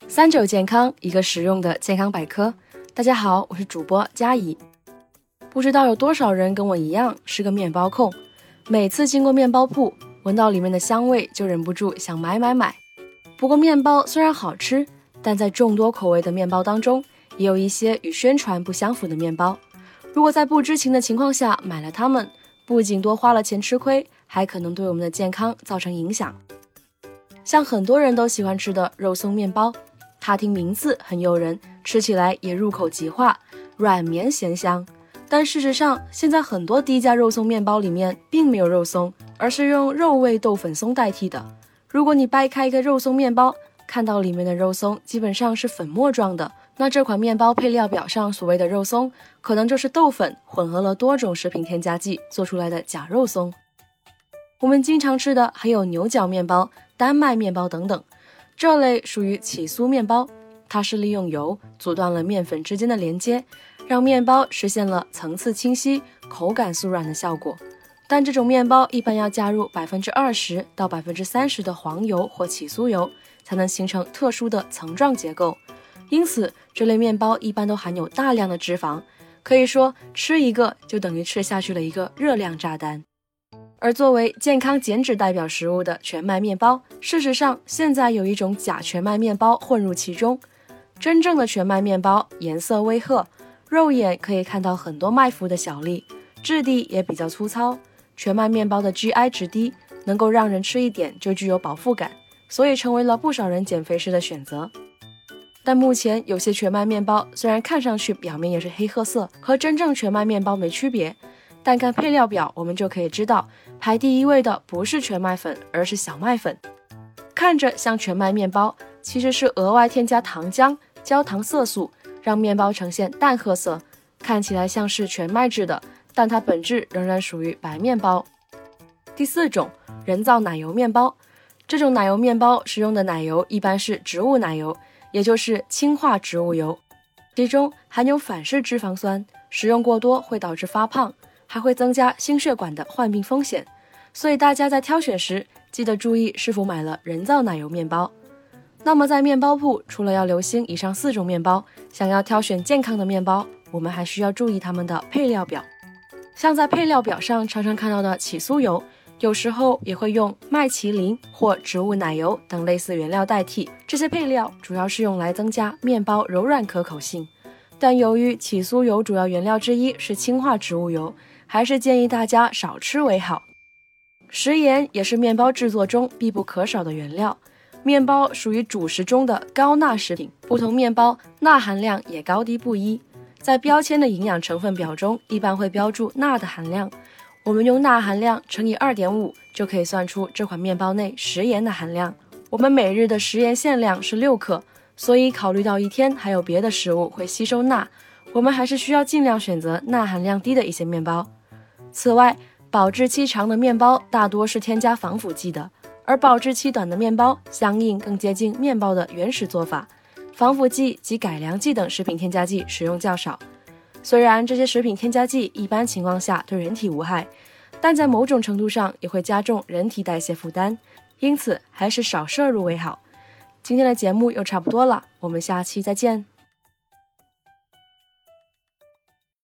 39健康，一个实用的健康百科。大家好，我是主播佳怡。不知道有多少人跟我一样是个面包控，每次经过面包铺，闻到里面的香味就忍不住想买。不过面包虽然好吃，但在众多口味的面包当中，也有一些与宣传不相符的面包。如果在不知情的情况下买了它们，不仅多花了钱吃亏，还可能对我们的健康造成影响。像很多人都喜欢吃的肉松面包，它听名字很诱人，吃起来也入口即化，软绵咸香。但事实上，现在很多低价肉松面包里面并没有肉松，而是用肉味豆粉松代替的。如果你掰开一个肉松面包，看到里面的肉松基本上是粉末状的，那这款面包配料表上所谓的肉松，可能就是豆粉混合了多种食品添加剂做出来的假肉松。我们经常吃的还有牛角面包、丹麦面包等等，这类属于起酥面包，它是利用油阻断了面粉之间的连接，让面包实现了层次清晰、口感酥软的效果。但这种面包一般要加入 20% 到 30% 的黄油或起酥油，才能形成特殊的层状结构。因此，这类面包一般都含有大量的脂肪，可以说吃一个就等于吃下去了一个热量炸弹。而作为健康减脂代表食物的全麦面包，事实上现在有一种假全麦面包混入其中。真正的全麦面包颜色微褐，肉眼可以看到很多麦麸的小粒，质地也比较粗糙。全麦面包的 GI 值低，能够让人吃一点就具有饱腹感，所以成为了不少人减肥时的选择。但目前有些全麦面包虽然看上去表面也是黑褐色，和真正全麦面包没区别，但看配料表我们就可以知道，排第一位的不是全麦粉，而是小麦粉。看着像全麦面包，其实是额外添加糖浆、焦糖色素，让面包呈现淡褐色，看起来像是全麦制的，但它本质仍然属于白面包。第4种，人造奶油面包。这种奶油面包使用的奶油一般是植物奶油，也就是氢化植物油，其中含有反式脂肪酸，食用过多会导致发胖，还会增加心血管的患病风险。所以大家在挑选时，记得注意是否买了人造奶油面包。那么在面包铺，除了要留心以上4种面包，想要挑选健康的面包，我们还需要注意它们的配料表。像在配料表上常常看到的起酥油，有时候也会用麦淇淋或植物奶油等类似原料代替，这些配料主要是用来增加面包柔软可口性。但由于起酥油主要原料之一是氢化植物油，还是建议大家少吃为好。食盐也是面包制作中必不可少的原料，面包属于主食中的高钠食品，不同面包钠含量也高低不一，在标签的营养成分表中一般会标注钠的含量，我们用钠含量乘以 2.5 就可以算出这款面包内食盐的含量。我们每日的食盐限量是6克，所以考虑到一天还有别的食物会吸收钠，我们还是需要尽量选择钠含量低的一些面包。此外，保质期长的面包大多是添加防腐剂的，而保质期短的面包相应更接近面包的原始做法，防腐剂及改良剂等食品添加剂使用较少。虽然这些食品添加剂一般情况下对人体无害，但在某种程度上也会加重人体代谢负担，因此还是少摄入为好。今天的节目又差不多了，我们下期再见。